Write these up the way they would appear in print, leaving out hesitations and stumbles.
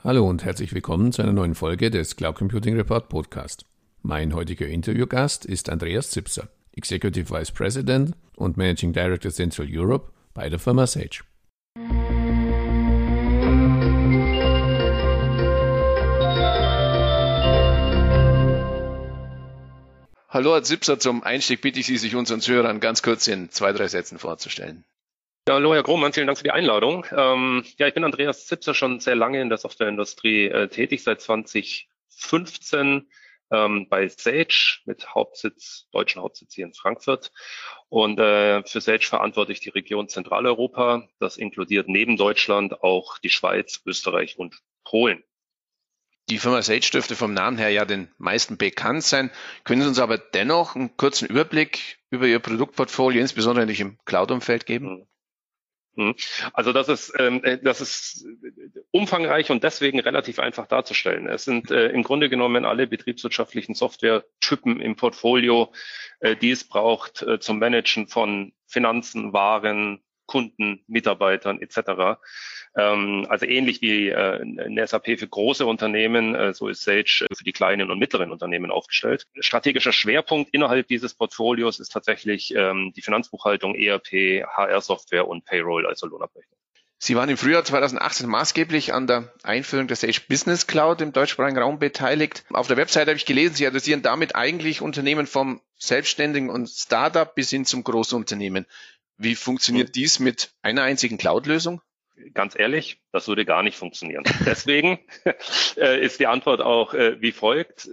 Hallo und herzlich willkommen zu einer neuen Folge des Cloud Computing Report Podcast. Mein heutiger Interviewgast ist Andreas Zipser, Executive Vice President und Managing Director Central Europe bei der Firma Sage. Hallo Herr Zipser, zum Einstieg bitte ich Sie, sich unseren Zuhörern ganz kurz in 2-3 Sätzen vorzustellen. Ja, hallo Herr Grohmann, vielen Dank für die Einladung. Ich bin Andreas Zipser, schon sehr lange in der Softwareindustrie tätig, seit 2015 bei Sage mit deutschen Hauptsitz hier in Frankfurt. Und für Sage verantworte ich die Region Zentraleuropa. Das inkludiert neben Deutschland auch die Schweiz, Österreich und Polen. Die Firma Sage dürfte vom Namen her ja den meisten bekannt sein. Können Sie uns aber dennoch einen kurzen Überblick über Ihr Produktportfolio, insbesondere im Cloud-Umfeld, geben? Also das ist umfangreich und deswegen relativ einfach darzustellen. Es sind im Grunde genommen alle betriebswirtschaftlichen Softwaretypen im Portfolio, die es braucht zum Managen von Finanzen, Waren, Kunden, Mitarbeitern etc. Also ähnlich wie eine SAP für große Unternehmen, so ist Sage für die kleinen und mittleren Unternehmen aufgestellt. Strategischer Schwerpunkt innerhalb dieses Portfolios ist tatsächlich die Finanzbuchhaltung, ERP, HR-Software und Payroll, also Lohnabrechnung. Sie waren im Frühjahr 2018 maßgeblich an der Einführung der Sage Business Cloud im deutschsprachigen Raum beteiligt. Auf der Webseite habe ich gelesen, Sie adressieren damit eigentlich Unternehmen vom Selbstständigen und Startup bis hin zum Großunternehmen. Wie funktioniert dies mit einer einzigen Cloud-Lösung? Ganz ehrlich, das würde gar nicht funktionieren. Deswegen ist die Antwort auch wie folgt.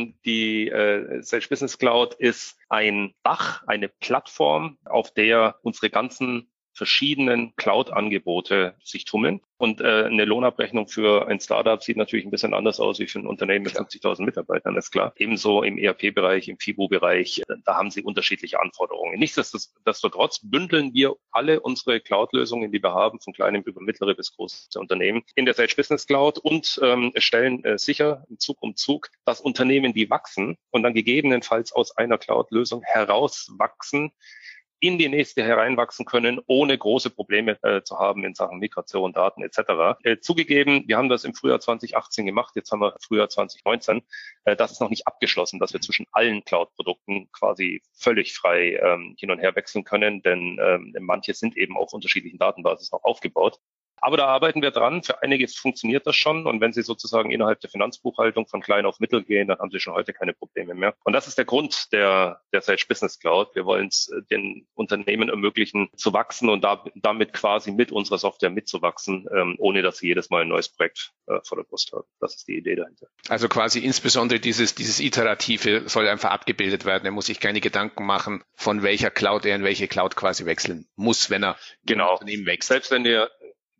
Die Sage Business Cloud ist ein Dach, eine Plattform, auf der unsere ganzen verschiedenen Cloud-Angebote sich tummeln. Und eine Lohnabrechnung für ein Startup sieht natürlich ein bisschen anders aus wie für ein Unternehmen mit 50.000 Mitarbeitern, ist klar. Ebenso im ERP-Bereich, im FIBO-Bereich, da haben sie unterschiedliche Anforderungen. Nichtsdestotrotz bündeln wir alle unsere Cloud-Lösungen, die wir haben, von kleinem über mittlere bis große Unternehmen, in der Sage Business Cloud und stellen sicher, Zug um Zug, dass Unternehmen, die wachsen und dann gegebenenfalls aus einer Cloud-Lösung herauswachsen, in die nächste hereinwachsen können, ohne große Probleme zu haben in Sachen Migration, Daten etc. Zugegeben, wir haben das im Frühjahr 2018 gemacht, jetzt haben wir Frühjahr 2019. Das ist noch nicht abgeschlossen, dass wir zwischen allen Cloud-Produkten quasi völlig frei hin und her wechseln können, denn manche sind eben auf unterschiedlichen Datenbasen noch aufgebaut. Aber da arbeiten wir dran. Für einige funktioniert das schon. Und wenn Sie sozusagen innerhalb der Finanzbuchhaltung von klein auf mittel gehen, dann haben Sie schon heute keine Probleme mehr. Und das ist der Grund der Sage Business Cloud. Wir wollen es den Unternehmen ermöglichen, zu wachsen und damit quasi mit unserer Software mitzuwachsen, ohne dass sie jedes Mal ein neues Projekt vor der Brust haben. Das ist die Idee dahinter. Also quasi insbesondere dieses Iterative soll einfach abgebildet werden. Er muss sich keine Gedanken machen, von welcher Cloud er in welche Cloud quasi wechseln muss, wenn er ein Unternehmen wechselt. Selbst wenn ihr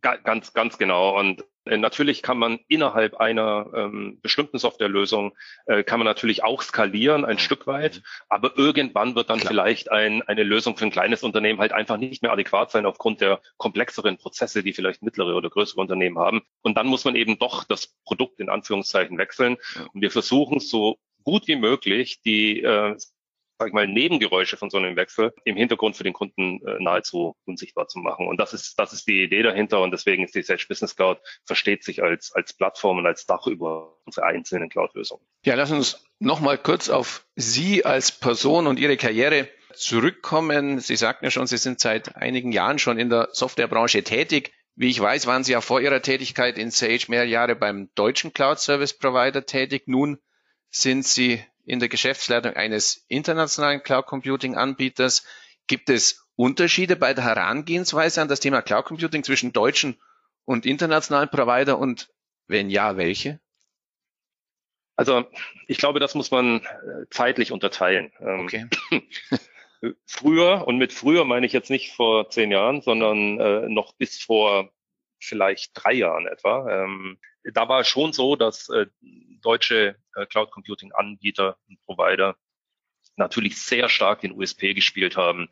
Ganz genau. Und natürlich kann man innerhalb einer bestimmten Softwarelösung kann man natürlich auch skalieren ein Stück weit, aber irgendwann wird dann vielleicht eine Lösung für ein kleines Unternehmen halt einfach nicht mehr adäquat sein aufgrund der komplexeren Prozesse, die vielleicht mittlere oder größere Unternehmen haben. Und dann muss man eben doch das Produkt in Anführungszeichen wechseln. Und wir versuchen so gut wie möglich die Nebengeräusche von so einem Wechsel im Hintergrund für den Kunden nahezu unsichtbar zu machen. Und das ist die Idee dahinter. Und deswegen ist die Sage Business Cloud, versteht sich als Plattform und als Dach über unsere einzelnen Cloud-Lösungen. Ja, lass uns nochmal kurz auf Sie als Person und Ihre Karriere zurückkommen. Sie sagten ja schon, Sie sind seit einigen Jahren schon in der Softwarebranche tätig. Wie ich weiß, waren Sie ja vor Ihrer Tätigkeit in Sage mehrere Jahre beim deutschen Cloud-Service-Provider tätig. Nun sind Sie in der Geschäftsleitung eines internationalen Cloud-Computing-Anbieters. Gibt es Unterschiede bei der Herangehensweise an das Thema Cloud Computing zwischen deutschen und internationalen Provider und wenn ja, welche? Also ich glaube, das muss man zeitlich unterteilen. Okay. Früher, und mit früher meine ich jetzt nicht vor 10 Jahren, sondern noch bis vor vielleicht 3 Jahren etwa. Da war es schon so, dass deutsche Cloud Computing Anbieter und Provider natürlich sehr stark den USP gespielt haben,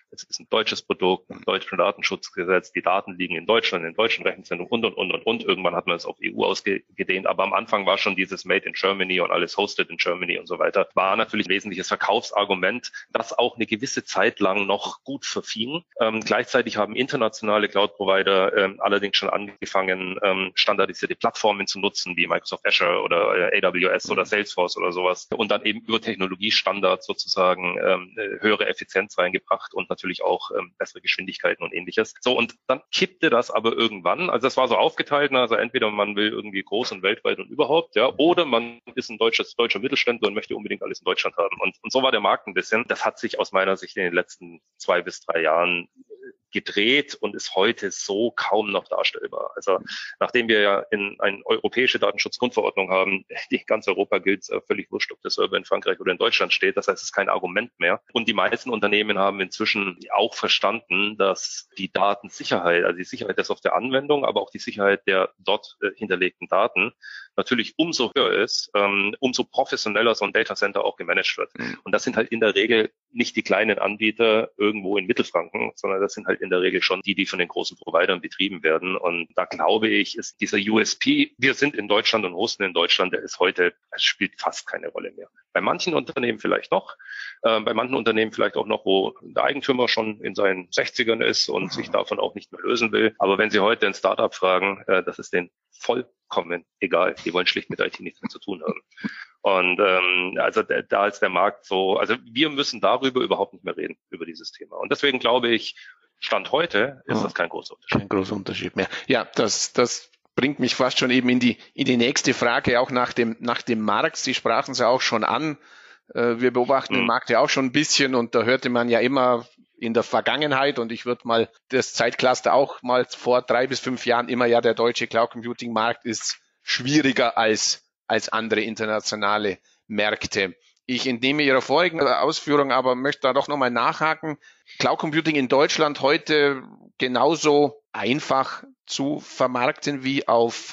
Es ist ein deutsches Produkt, ein deutsches Datenschutzgesetz, die Daten liegen in Deutschland, in deutschen Rechenzentren und. Irgendwann hat man es auf EU ausgedehnt, aber am Anfang war schon dieses Made in Germany und alles hosted in Germany und so weiter, war natürlich ein wesentliches Verkaufsargument, das auch eine gewisse Zeit lang noch gut verfing. Gleichzeitig haben internationale Cloud-Provider allerdings schon angefangen, standardisierte Plattformen zu nutzen, wie Microsoft Azure oder AWS oder Salesforce oder sowas und dann eben über Technologiestandards sozusagen höhere Effizienz reingebracht und natürlich auch bessere Geschwindigkeiten und ähnliches. So, und dann kippte das aber irgendwann. Also das war so aufgeteilt, also entweder man will irgendwie groß und weltweit und überhaupt, ja, oder man ist ein deutscher Mittelständler und möchte unbedingt alles in Deutschland haben. Und so war der Markt ein bisschen. Das hat sich aus meiner Sicht in den letzten 2 bis 3 Jahren gedreht und ist heute so kaum noch darstellbar. Also nachdem wir ja eine europäische Datenschutzgrundverordnung haben, die in ganz Europa gilt, völlig wurscht, ob der Server in Frankreich oder in Deutschland steht. Das heißt, es ist kein Argument mehr. Und die meisten Unternehmen haben inzwischen auch verstanden, dass die Datensicherheit, also die Sicherheit der Softwareanwendung, aber auch die Sicherheit der dort hinterlegten Daten natürlich umso höher ist, umso professioneller so ein Datacenter auch gemanagt wird. Und das sind halt in der Regel nicht die kleinen Anbieter irgendwo in Mittelfranken, sondern das sind halt in der Regel schon die von den großen Providern betrieben werden. Und da glaube ich, ist dieser USP, wir sind in Deutschland und hosten in Deutschland, der ist heute, es spielt fast keine Rolle mehr. Bei manchen Unternehmen vielleicht noch, bei manchen Unternehmen vielleicht auch noch, wo der Eigentümer schon in seinen 60ern ist und sich davon auch nicht mehr lösen will. Aber wenn Sie heute ein Startup fragen, das ist denen vollkommen egal. Die wollen schlicht mit IT nichts mehr zu tun haben. Und also da ist der Markt so, also wir müssen darüber überhaupt nicht mehr reden, über dieses Thema. Und deswegen glaube ich, Stand heute ist das kein großer Unterschied. Kein großer Unterschied mehr. Ja, das bringt mich fast schon eben in die nächste Frage, auch nach dem Markt. Sie sprachen es ja auch schon an. Wir beobachten den Markt ja auch schon ein bisschen und da hörte man ja immer in der Vergangenheit und ich würde mal das Zeitcluster auch mal vor 3 bis 5 Jahren immer, ja, der deutsche Cloud Computing Markt ist schwieriger als andere internationale Märkte. Ich entnehme Ihrer vorigen Ausführung, aber möchte da doch nochmal nachhaken. Cloud Computing in Deutschland heute genauso einfach zu vermarkten wie auf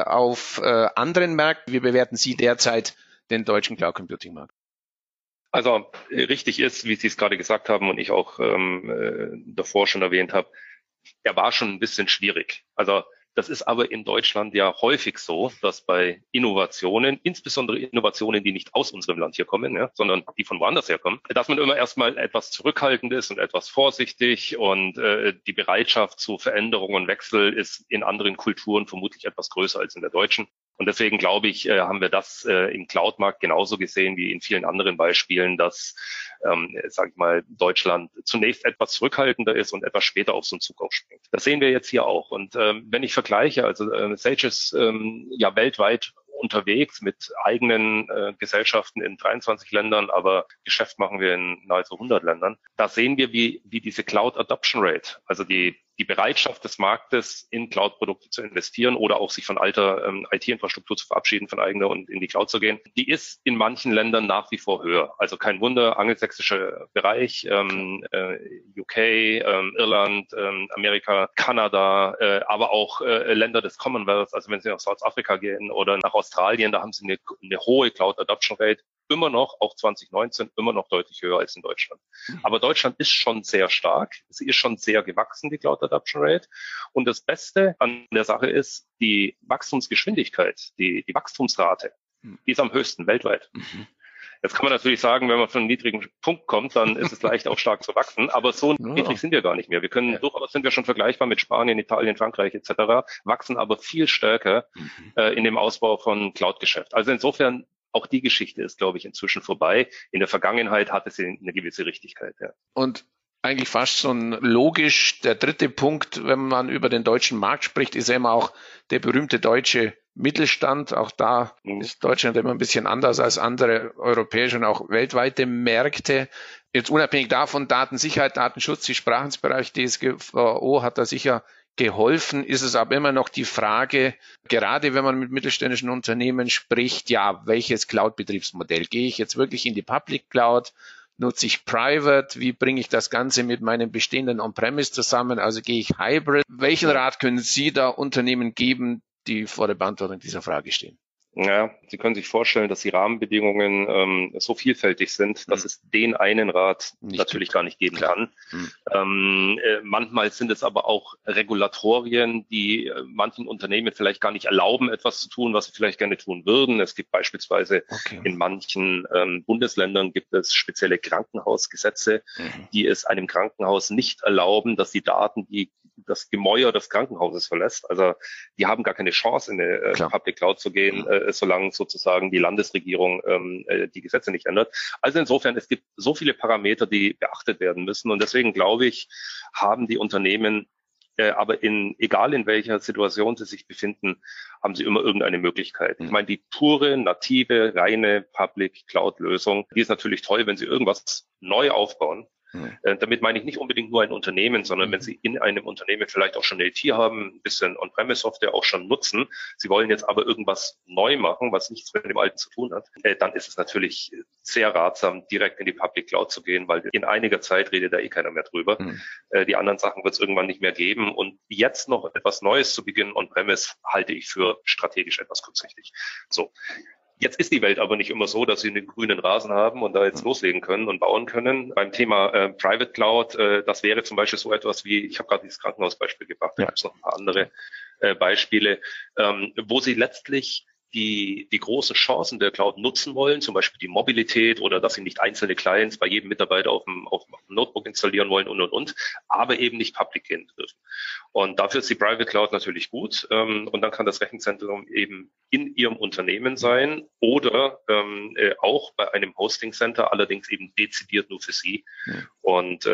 anderen Märkten. Wie bewerten Sie derzeit den deutschen Cloud Computing Markt? Also richtig ist, wie Sie es gerade gesagt haben und ich auch davor schon erwähnt habe, er war schon ein bisschen schwierig. Also das ist aber in Deutschland ja häufig so, dass bei Innovationen, insbesondere Innovationen, die nicht aus unserem Land hier kommen, ja, sondern die von woanders herkommen, dass man immer erstmal etwas zurückhaltend ist und etwas vorsichtig und die Bereitschaft zu Veränderungen und Wechsel ist in anderen Kulturen vermutlich etwas größer als in der deutschen. Und deswegen glaube ich, haben wir das im Cloud-Markt genauso gesehen wie in vielen anderen Beispielen, dass, sage ich mal, Deutschland zunächst etwas zurückhaltender ist und etwas später auf so einen Zug aufspringt. Das sehen wir jetzt hier auch. Und wenn ich vergleiche, also Sage ist ja weltweit unterwegs mit eigenen Gesellschaften in 23 Ländern, aber Geschäft machen wir in nahezu 100 Ländern. Da sehen wir, wie diese Cloud Adoption Rate, also die Bereitschaft des Marktes in Cloud-Produkte zu investieren oder auch sich von alter IT-Infrastruktur zu verabschieden, von eigener und in die Cloud zu gehen, die ist in manchen Ländern nach wie vor höher. Also kein Wunder, angelsächsischer Bereich, UK, Irland, Amerika, Kanada, aber auch Länder des Commonwealth, also wenn Sie nach Südafrika gehen oder nach Australien, da haben Sie eine hohe Cloud-Adoption-Rate. Immer noch, auch 2019, immer noch deutlich höher als in Deutschland. Aber Deutschland ist schon sehr stark. Sie ist schon sehr gewachsen, die Cloud Adoption Rate. Und das Beste an der Sache ist, die Wachstumsgeschwindigkeit, die Wachstumsrate, die ist am höchsten weltweit. Jetzt kann man natürlich sagen, wenn man von einem niedrigen Punkt kommt, dann ist es leicht auch stark zu wachsen. Aber so niedrig sind wir gar nicht mehr. Wir können durchaus sind wir schon vergleichbar mit Spanien, Italien, Frankreich etc., wachsen aber viel stärker in dem Ausbau von Cloud-Geschäft. Also insofern auch die Geschichte ist, glaube ich, inzwischen vorbei. In der Vergangenheit hatte sie eine gewisse Richtigkeit. Ja. Und eigentlich fast so ein logisch, der dritte Punkt, wenn man über den deutschen Markt spricht, ist ja immer auch der berühmte deutsche Mittelstand. Auch da ist Deutschland immer ein bisschen anders als andere europäische und auch weltweite Märkte. Jetzt unabhängig davon, Datensicherheit, Datenschutz, die Sprachensbereich DSGVO hat da sicher geholfen, ist es aber immer noch die Frage, gerade wenn man mit mittelständischen Unternehmen spricht, ja, welches Cloud-Betriebsmodell? Gehe ich jetzt wirklich in die Public Cloud? Nutze ich Private? Wie bringe ich das Ganze mit meinem bestehenden On-Premise zusammen? Also gehe ich Hybrid? Welchen Rat können Sie da Unternehmen geben, die vor der Beantwortung dieser Frage stehen? Ja, Sie können sich vorstellen, dass die Rahmenbedingungen so vielfältig sind, dass es den einen Rat natürlich gar nicht geben kann. Manchmal sind es aber auch Regulatorien, die manchen Unternehmen vielleicht gar nicht erlauben, etwas zu tun, was sie vielleicht gerne tun würden. Es gibt beispielsweise in manchen Bundesländern gibt es spezielle Krankenhausgesetze, die es einem Krankenhaus nicht erlauben, dass die Daten, die das Gemäuer des Krankenhauses verlässt, also die haben gar keine Chance, in eine Public Cloud zu gehen, solange sozusagen die Landesregierung die Gesetze nicht ändert. Also insofern, es gibt so viele Parameter, die beachtet werden müssen. Und deswegen glaube ich, haben die Unternehmen, aber egal in welcher Situation sie sich befinden, haben sie immer irgendeine Möglichkeit. Ich meine, die pure, native, reine Public Cloud-Lösung, die ist natürlich toll, wenn sie irgendwas neu aufbauen. Damit meine ich nicht unbedingt nur ein Unternehmen, sondern wenn Sie in einem Unternehmen vielleicht auch schon eine IT haben, ein bisschen On-Premise-Software auch schon nutzen, Sie wollen jetzt aber irgendwas neu machen, was nichts mit dem Alten zu tun hat, dann ist es natürlich sehr ratsam, direkt in die Public Cloud zu gehen, weil in einiger Zeit redet da eh keiner mehr drüber. Die anderen Sachen wird es irgendwann nicht mehr geben. Und jetzt noch etwas Neues zu beginnen On-Premise halte ich für strategisch etwas kurzsichtig. So. Jetzt ist die Welt aber nicht immer so, dass Sie einen grünen Rasen haben und da jetzt loslegen können und bauen können. Beim Thema Private Cloud, das wäre zum Beispiel so etwas wie, ich habe gerade dieses Krankenhausbeispiel gebracht, da gibt es noch ein paar andere Beispiele, wo Sie letztlich die großen Chancen der Cloud nutzen wollen, zum Beispiel die Mobilität oder dass sie nicht einzelne Clients bei jedem Mitarbeiter auf dem Notebook installieren wollen und, aber eben nicht public gehen dürfen. Und dafür ist die Private Cloud natürlich gut. Und dann kann das Rechenzentrum eben in Ihrem Unternehmen sein oder auch bei einem Hosting Center, allerdings eben dezidiert nur für Sie. Und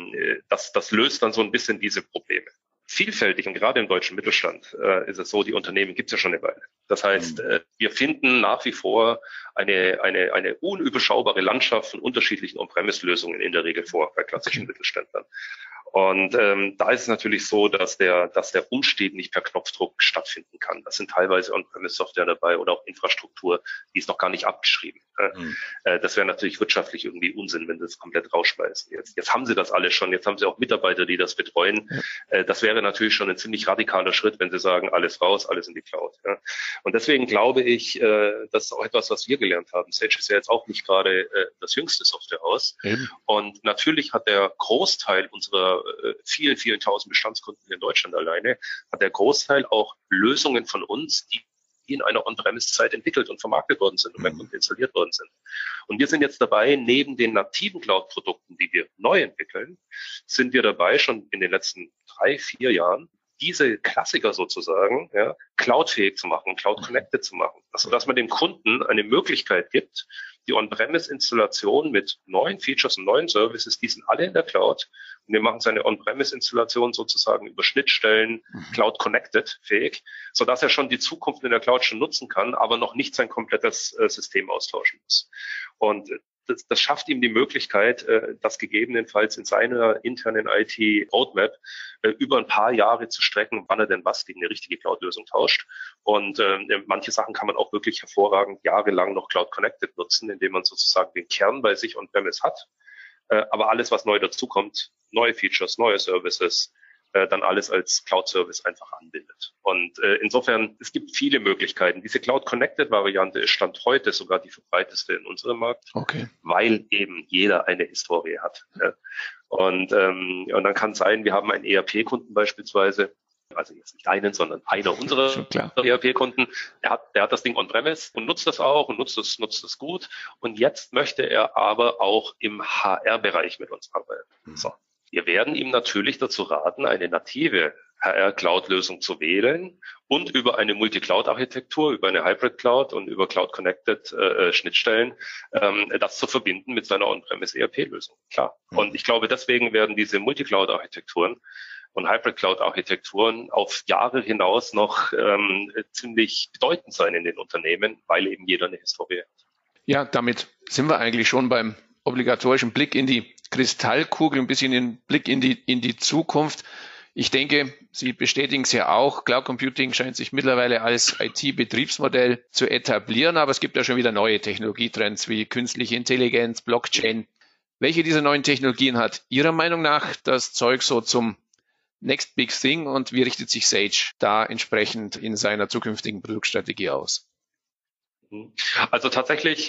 das löst dann so ein bisschen diese Probleme. Vielfältig und gerade im deutschen Mittelstand ist es so, die Unternehmen gibt es ja schon eine Weile. Das heißt, wir finden nach wie vor eine unüberschaubare Landschaft von unterschiedlichen On-Premise-Lösungen in der Regel vor bei klassischen Mittelständlern. Und da ist es natürlich so, dass der Umstieg nicht per Knopfdruck stattfinden kann. Das sind teilweise On-Premise-Software dabei oder auch Infrastruktur, die ist noch gar nicht abgeschrieben. Das wäre natürlich wirtschaftlich irgendwie Unsinn, wenn sie es komplett rausschmeißen. Jetzt haben sie das alles schon, jetzt haben sie auch Mitarbeiter, die das betreuen. Das wäre natürlich schon ein ziemlich radikaler Schritt, wenn sie sagen, alles raus, alles in die Cloud. Und deswegen glaube ich, das ist auch etwas, was wir gelernt haben. Sage ist ja jetzt auch nicht gerade das jüngste Softwarehaus. Und natürlich hat der Großteil unserer vielen, vielen tausend Bestandskunden hier in Deutschland alleine, hat der Großteil auch Lösungen von uns, die in einer On-Premise-Zeit entwickelt und vermarktet worden sind und installiert worden sind. Und wir sind jetzt dabei, neben den nativen Cloud-Produkten, die wir neu entwickeln, sind wir dabei, schon in den letzten 3-4 Jahren, diese Klassiker sozusagen cloudfähig zu machen, cloud-connected zu machen. Also, dass man dem Kunden eine Möglichkeit gibt, die On-Premise-Installation mit neuen Features und neuen Services, die sind alle in der Cloud. Und wir machen seine On-Premise-Installation sozusagen über Schnittstellen Cloud-connected fähig, sodass er schon die Zukunft in der Cloud schon nutzen kann, aber noch nicht sein komplettes System austauschen muss. Und das schafft ihm die Möglichkeit, das gegebenenfalls in seiner internen IT-Roadmap über ein paar Jahre zu strecken, wann er denn was gegen eine richtige Cloud-Lösung tauscht. Und manche Sachen kann man auch wirklich hervorragend jahrelang noch Cloud-Connected nutzen, indem man sozusagen den Kern bei sich on-premise hat. Aber alles, was neu dazukommt, neue Features, neue Services, dann alles als Cloud-Service einfach anbindet. Und insofern, es gibt viele Möglichkeiten. Diese Cloud-Connected-Variante ist Stand heute sogar die verbreiteste in unserem Markt, weil eben jeder eine Historie hat. Und dann kann es sein, wir haben einen ERP-Kunden beispielsweise, also jetzt nicht einen, sondern einer unserer ERP-Kunden, der hat das Ding on-premise und nutzt das auch und nutzt das gut. Und jetzt möchte er aber auch im HR-Bereich mit uns arbeiten. So. Wir werden ihm natürlich dazu raten, eine native HR-Cloud-Lösung zu wählen und über eine Multi-Cloud-Architektur, über eine Hybrid-Cloud und über Cloud-Connected Schnittstellen das zu verbinden mit seiner On-Premise ERP-Lösung. Klar. Und ich glaube, deswegen werden diese Multi-Cloud-Architekturen und Hybrid-Cloud-Architekturen auf Jahre hinaus noch ziemlich bedeutend sein in den Unternehmen, weil eben jeder eine Historie hat. Ja, damit sind wir eigentlich schon beim obligatorischen Blick in die Kristallkugel, ein bisschen den Blick in die Zukunft. Ich denke, Sie bestätigen es ja auch, Cloud Computing scheint sich mittlerweile als IT-Betriebsmodell zu etablieren, aber es gibt ja schon wieder neue Technologietrends wie künstliche Intelligenz, Blockchain. Welche dieser neuen Technologien hat Ihrer Meinung nach das Zeug so zum Next Big Thing und wie richtet sich Sage da entsprechend in seiner zukünftigen Produktstrategie aus? Also tatsächlich,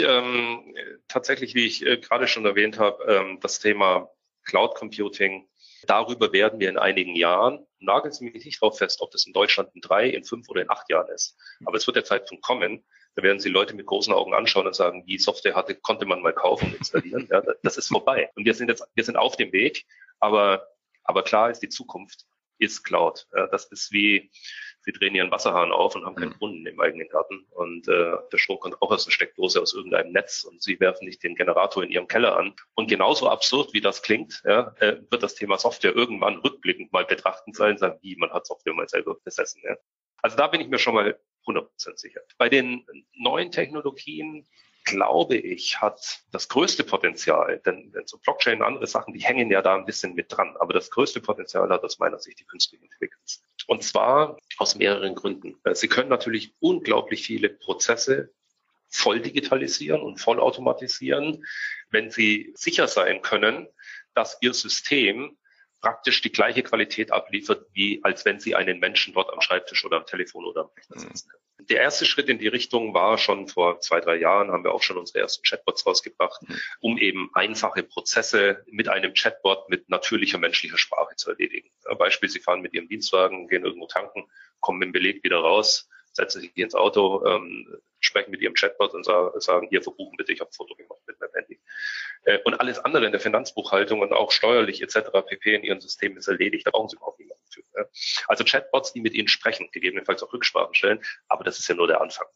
wie ich gerade schon erwähnt habe, das Thema Cloud Computing, darüber werden wir in einigen Jahren, nageln Sie mich nicht drauf fest, ob das in Deutschland in 3, in 5 oder in 8 Jahren ist. Aber es wird der Zeitpunkt kommen, da werden Sie Leute mit großen Augen anschauen und sagen, die Software konnte man mal kaufen und installieren. Ja, das ist vorbei. Und wir sind auf dem Weg, aber klar ist, die Zukunft ist Cloud. Ja, das ist wie, Sie drehen Ihren Wasserhahn auf und haben keinen Brunnen im eigenen Garten. Und der Strom kommt auch aus der Steckdose, aus irgendeinem Netz. Und Sie werfen nicht den Generator in Ihrem Keller an. Und genauso absurd, wie das klingt, ja, wird das Thema Software irgendwann rückblickend mal betrachtend sein, sagen, wie, man hat Software mal selber besessen. Ja. Also da bin ich mir schon mal 100% sicher. Bei den neuen Technologien, glaube ich, hat das größte Potenzial, denn so Blockchain und andere Sachen, die hängen ja da ein bisschen mit dran. Aber das größte Potenzial hat aus meiner Sicht die künstliche Intelligenz. Und zwar aus mehreren Gründen. Sie können natürlich unglaublich viele Prozesse voll digitalisieren und voll automatisieren, wenn Sie sicher sein können, dass Ihr System praktisch die gleiche Qualität abliefert, wie als wenn Sie einen Menschen dort am Schreibtisch oder am Telefon oder am Rechner sitzen. Der erste Schritt in die Richtung war schon vor 2, 3 Jahren, haben wir auch schon unsere ersten Chatbots rausgebracht, um eben einfache Prozesse mit einem Chatbot mit natürlicher menschlicher Sprache zu erledigen. Beispiel, Sie fahren mit Ihrem Dienstwagen, gehen irgendwo tanken, kommen mit dem Beleg wieder raus, setzen sich ins Auto, sprechen mit Ihrem Chatbot und sagen, hier verbuchen bitte, ich habe ein Foto gemacht mit meinem Handy. Und alles andere in der Finanzbuchhaltung und auch steuerlich etc. pp. In Ihrem System ist erledigt. Da brauchen Sie überhaupt niemanden für. Also Chatbots, die mit Ihnen sprechen, gegebenenfalls auch Rücksprachen stellen, aber das ist ja nur der Anfang.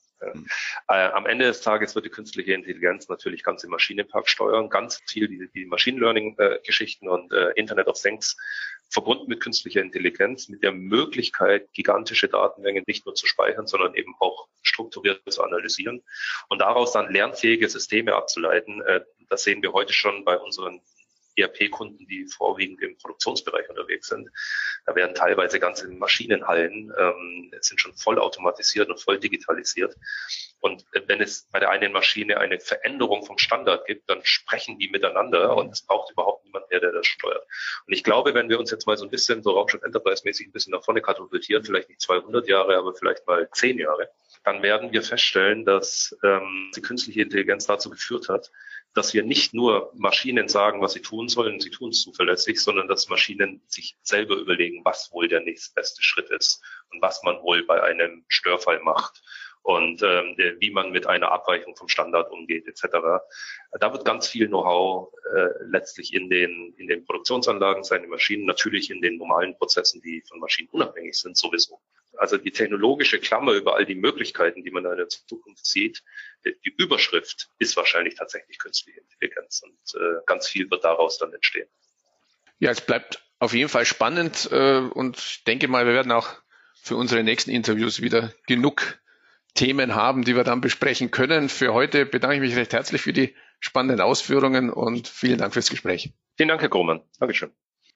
Am Ende des Tages wird die künstliche Intelligenz natürlich ganz im Maschinenpark steuern, ganz viel die Machine Learning-Geschichten und Internet of Things verbunden mit künstlicher Intelligenz, mit der Möglichkeit, gigantische Datenmengen nicht nur zu speichern, sondern eben auch strukturiert zu analysieren und daraus dann lernfähige Systeme abzuleiten. Das sehen wir heute schon bei unseren ERP-Kunden, die vorwiegend im Produktionsbereich unterwegs sind. Da werden teilweise ganze Maschinenhallen sind schon voll automatisiert und voll digitalisiert. Und wenn es bei der einen Maschine eine Veränderung vom Standard gibt, dann sprechen die miteinander und es braucht überhaupt niemand mehr, der das steuert. Und ich glaube, wenn wir uns jetzt mal so ein bisschen so Raumschiff Enterprise-mäßig ein bisschen nach vorne katapultieren, vielleicht nicht 200 Jahre, aber vielleicht mal 10 Jahre, dann werden wir feststellen, dass die künstliche Intelligenz dazu geführt hat, dass wir nicht nur Maschinen sagen, was sie tun sollen, sie tun es zuverlässig, sondern dass Maschinen sich selber überlegen, was wohl der nächstbeste Schritt ist und was man wohl bei einem Störfall macht und wie man mit einer Abweichung vom Standard umgeht etc. Da wird ganz viel Know-how letztlich in den Produktionsanlagen sein, in Maschinen, natürlich in den normalen Prozessen, die von Maschinen unabhängig sind, sowieso. Also die technologische Klammer über all die Möglichkeiten, die man in der Zukunft sieht, die Überschrift ist wahrscheinlich tatsächlich künstliche Intelligenz und ganz viel wird daraus dann entstehen. Ja, es bleibt auf jeden Fall spannend und ich denke mal, wir werden auch für unsere nächsten Interviews wieder genug Themen haben, die wir dann besprechen können. Für heute bedanke ich mich recht herzlich für die spannenden Ausführungen und vielen Dank fürs Gespräch. Vielen Dank, Herr Grohmann. Dankeschön.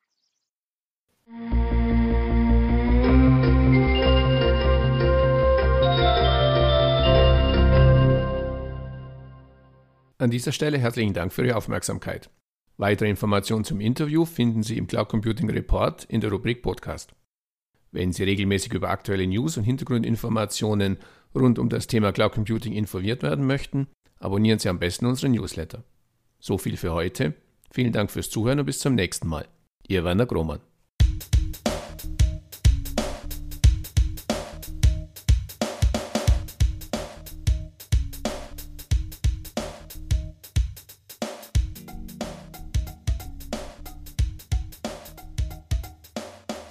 An dieser Stelle herzlichen Dank für Ihre Aufmerksamkeit. Weitere Informationen zum Interview finden Sie im Cloud Computing Report in der Rubrik Podcast. Wenn Sie regelmäßig über aktuelle News und Hintergrundinformationen rund um das Thema Cloud Computing informiert werden möchten, abonnieren Sie am besten unseren Newsletter. So viel für heute. Vielen Dank fürs Zuhören und bis zum nächsten Mal. Ihr Werner Grohmann.